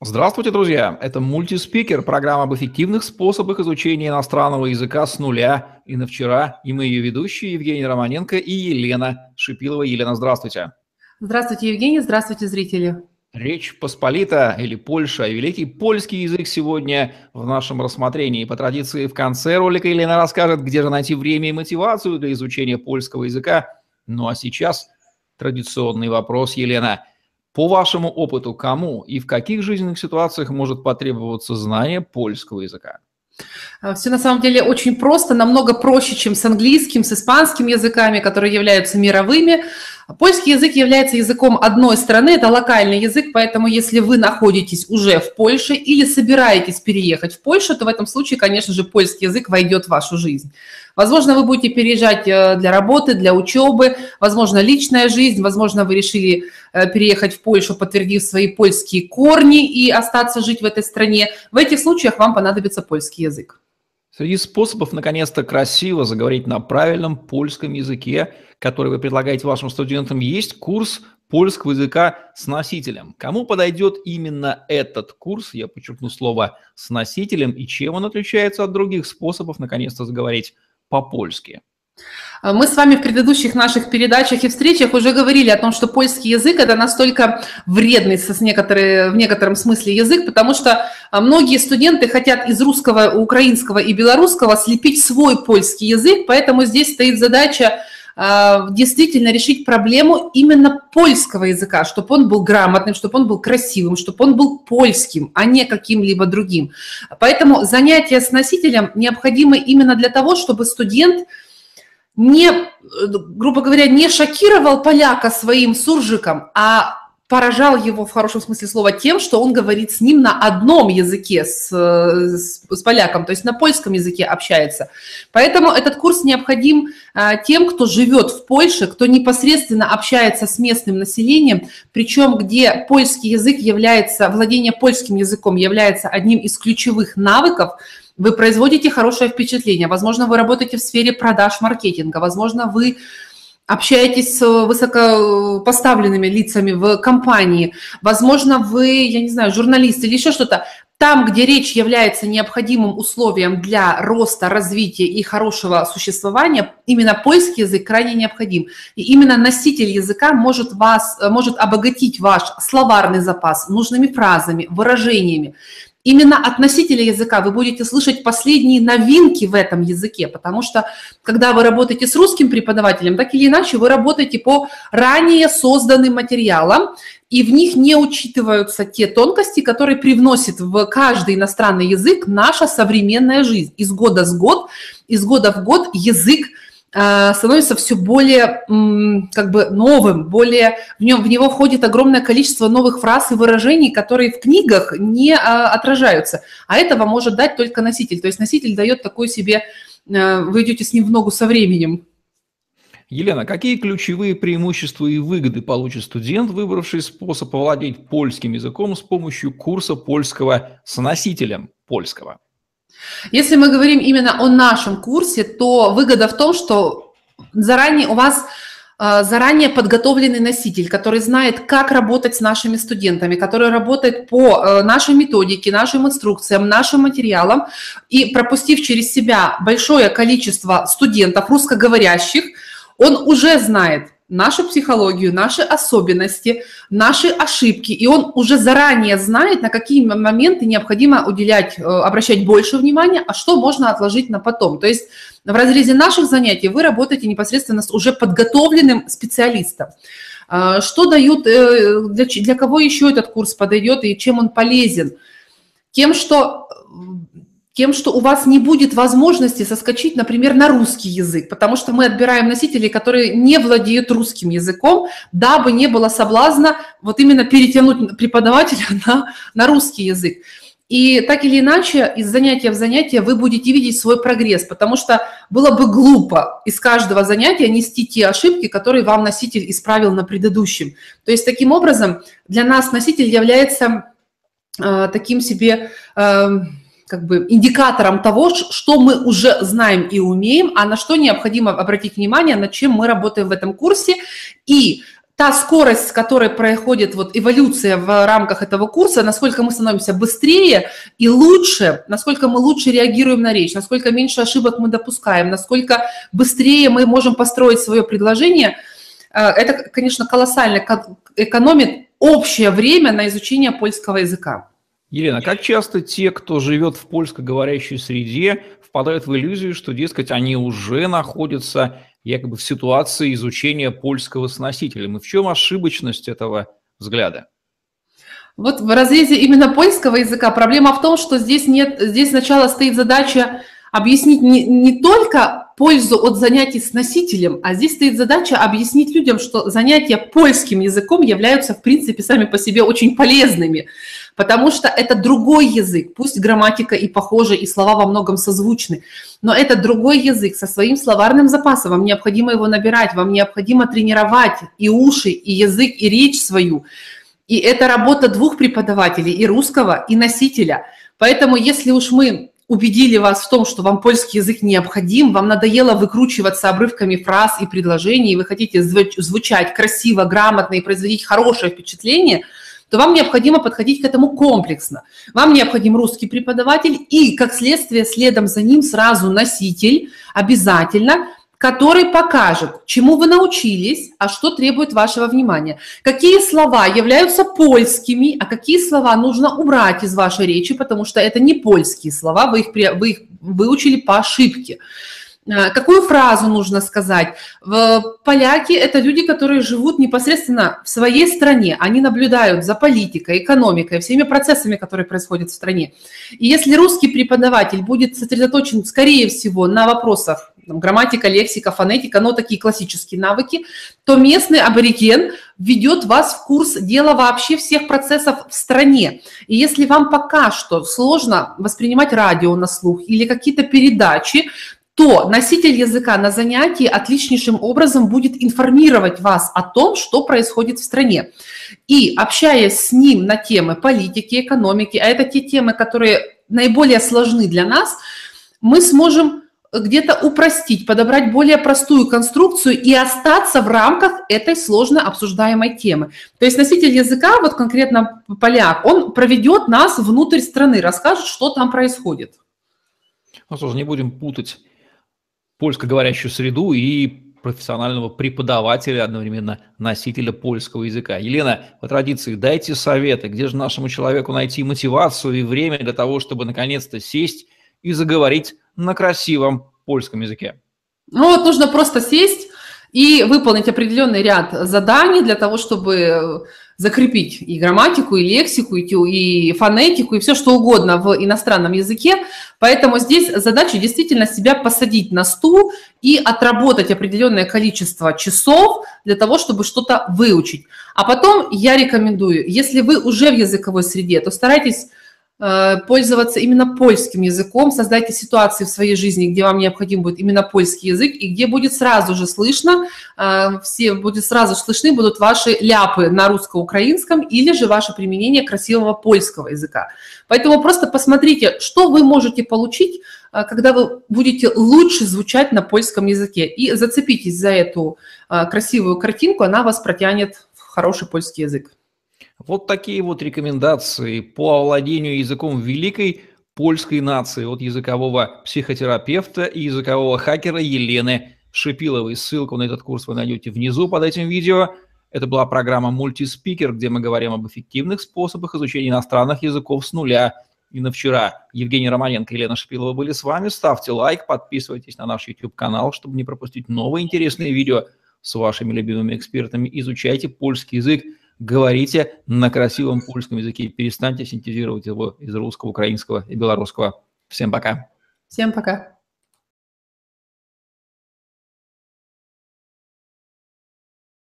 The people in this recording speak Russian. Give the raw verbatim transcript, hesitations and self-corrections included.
Здравствуйте, друзья! Это мультиспикер, программа об эффективных способах изучения иностранного языка с нуля. И на вчера, и мы ее ведущие Евгений Романенко и Елена Шипилова. Елена, здравствуйте! Здравствуйте, Евгений, здравствуйте, зрители! Речь Посполита или Польша, и великий польский язык сегодня в нашем рассмотрении. По традиции в конце ролика Елена расскажет, где же найти время и мотивацию для изучения польского языка. Ну а сейчас традиционный вопрос, Елена. По вашему опыту, кому и в каких жизненных ситуациях может потребоваться знание польского языка? Все на самом деле очень просто, намного проще, чем с английским, с испанским языками, которые являются мировыми. Польский язык является языком одной страны, это локальный язык, поэтому если вы находитесь уже в Польше или собираетесь переехать в Польшу, то в этом случае, конечно же, польский язык войдет в вашу жизнь. Возможно, вы будете переезжать для работы, для учебы, возможно, личная жизнь, возможно, вы решили переехать в Польшу, подтвердив свои польские корни и остаться жить в этой стране. В этих случаях вам понадобится польский язык. Среди способов, наконец-то, красиво заговорить на правильном польском языке, который вы предлагаете вашим студентам, есть курс польского языка с носителем. Кому подойдет именно этот курс, я подчеркну слово «с носителем», и чем он отличается от других способов, наконец-то, заговорить по-польски? Мы с вами в предыдущих наших передачах и встречах уже говорили о том, что польский язык – это настолько вредный с некоторые, в некотором смысле язык, потому что многие студенты хотят из русского, украинского и белорусского слепить свой польский язык, поэтому здесь стоит задача действительно решить проблему именно польского языка, чтобы он был грамотным, чтобы он был красивым, чтобы он был польским, а не каким-либо другим. Поэтому занятия с носителем необходимы именно для того, чтобы студент не, грубо говоря, не шокировал поляка своим суржиком, а поражал его в хорошем смысле слова тем, что он говорит с ним на одном языке, с, с, с поляком, то есть на польском языке общается. Поэтому этот курс необходим а, тем, кто живет в Польше, кто непосредственно общается с местным населением, причем где польский язык является, владение польским языком является одним из ключевых навыков. Вы производите хорошее впечатление, возможно, вы работаете в сфере продаж, маркетинга, возможно, вы общаетесь с высокопоставленными лицами в компании, возможно, вы, я не знаю, журналист или еще что-то. Там, где речь является необходимым условием для роста, развития и хорошего существования, именно польский язык крайне необходим. И именно носитель языка может, вас, может обогатить ваш словарный запас нужными фразами, выражениями. Именно от носителя языка вы будете слышать последние новинки в этом языке, потому что, когда вы работаете с русским преподавателем, так или иначе вы работаете по ранее созданным материалам, и в них не учитываются те тонкости, которые привносит в каждый иностранный язык наша современная жизнь. Из года в год, из года в год язык становится все более как бы новым, более, в, нем, в него входит огромное количество новых фраз и выражений, которые в книгах не отражаются. А этого может дать только носитель. То есть носитель дает такой себе, вы идете с ним в ногу со временем. Елена, какие ключевые преимущества и выгоды получит студент, выбравший способ овладеть польским языком с помощью курса польского с носителем польского? Если мы говорим именно о нашем курсе, то выгода в том, что заранее у вас заранее подготовленный носитель, который знает, как работать с нашими студентами, который работает по нашей методике, нашим инструкциям, нашим материалам, и пропустив через себя большое количество студентов русскоговорящих, он уже знает нашу психологию, наши особенности, наши ошибки, и он уже заранее знает, на какие моменты необходимо уделять, обращать больше внимания, а что можно отложить на потом. То есть в разрезе наших занятий вы работаете непосредственно с уже подготовленным специалистом. Что дают, для, для кого еще этот курс подойдет и чем он полезен? Тем, что... Тем, что у вас не будет возможности соскочить, например, на русский язык, потому что мы отбираем носителей, которые не владеют русским языком, дабы не было соблазна вот именно перетянуть преподавателя на, на русский язык. И так или иначе, из занятия в занятие вы будете видеть свой прогресс, потому что было бы глупо из каждого занятия нести те ошибки, которые вам носитель исправил на предыдущем. То есть таким образом для нас носитель является э, таким себе... Э, как бы индикатором того, что мы уже знаем и умеем, а на что необходимо обратить внимание, над чем мы работаем в этом курсе. И та скорость, с которой происходит вот эволюция в рамках этого курса, насколько мы становимся быстрее и лучше, насколько мы лучше реагируем на речь, насколько меньше ошибок мы допускаем, насколько быстрее мы можем построить свое предложение, это, конечно, колоссально экономит общее время на изучение польского языка. Елена, как часто те, кто живет в польскоговорящей среде, впадают в иллюзию, что, дескать, они уже находятся якобы в ситуации изучения польского с носителем? И в чем ошибочность этого взгляда? Вот в разрезе именно польского языка проблема в том, что здесь нет, здесь сначала стоит задача объяснить не, не только пользу от занятий с носителем, а здесь стоит задача объяснить людям, что занятия польским языком являются, в принципе, сами по себе очень полезными, потому что это другой язык, пусть грамматика и похожа, и слова во многом созвучны, но это другой язык со своим словарным запасом, вам необходимо его набирать, вам необходимо тренировать и уши, и язык, и речь свою. И это работа двух преподавателей, и русского, и носителя. Поэтому если уж мы убедили вас в том, что вам польский язык необходим, вам надоело выкручиваться обрывками фраз и предложений, и вы хотите звучать красиво, грамотно и производить хорошее впечатление, то вам необходимо подходить к этому комплексно. Вам необходим русский преподаватель и, как следствие, следом за ним сразу носитель обязательно, который покажет, чему вы научились, а что требует вашего внимания. Какие слова являются польскими, а какие слова нужно убрать из вашей речи, потому что это не польские слова, вы их, вы их выучили по ошибке. Какую фразу нужно сказать? Поляки – это люди, которые живут непосредственно в своей стране. Они наблюдают за политикой, экономикой, всеми процессами, которые происходят в стране. И если русский преподаватель будет сосредоточен, скорее всего, на вопросах там, грамматика, лексика, фонетика, но такие классические навыки, то местный абориген ведет вас в курс дела вообще всех процессов в стране. И если вам пока что сложно воспринимать радио на слух или какие-то передачи, то носитель языка на занятии отличнейшим образом будет информировать вас о том, что происходит в стране. И общаясь с ним на темы политики, экономики, а это те темы, которые наиболее сложны для нас, мы сможем где-то упростить, подобрать более простую конструкцию и остаться в рамках этой сложно обсуждаемой темы. То есть носитель языка, вот конкретно поляк, он проведет нас внутрь страны, расскажет, что там происходит. Ну что ж, не будем путать польскоговорящую среду и профессионального преподавателя, одновременно носителя польского языка. Елена, по традиции, дайте советы, где же нашему человеку найти мотивацию и время для того, чтобы наконец-то сесть и заговорить на красивом польском языке. Ну вот нужно просто сесть и выполнить определенный ряд заданий для того, чтобы закрепить и грамматику, и лексику, и фонетику, и все что угодно в иностранном языке. Поэтому здесь задача действительно себя посадить на стул и отработать определенное количество часов для того, чтобы что-то выучить. А потом я рекомендую, если вы уже в языковой среде, то старайтесь пользоваться именно польским языком, создайте ситуации в своей жизни, где вам необходим будет именно польский язык, и где будет сразу же слышно, все будет сразу слышны будут ваши ляпы на русско-украинском или же ваше применение красивого польского языка. Поэтому просто посмотрите, что вы можете получить, когда вы будете лучше звучать на польском языке, и зацепитесь за эту красивую картинку, она вас протянет в хороший польский язык. Вот такие вот рекомендации по овладению языком великой польской нации от языкового психотерапевта и языкового хакера Елены Шипиловой. Ссылку на этот курс вы найдете внизу под этим видео. Это была программа «Мультиспикер», где мы говорим об эффективных способах изучения иностранных языков с нуля. И на вчера Евгений Романенко и Елена Шипилова были с вами. Ставьте лайк, подписывайтесь на наш YouTube-канал, чтобы не пропустить новые интересные видео с вашими любимыми экспертами. Изучайте польский язык. Говорите на красивом польском языке, перестаньте синтезировать его из русского, украинского и белорусского. Всем пока. Всем пока.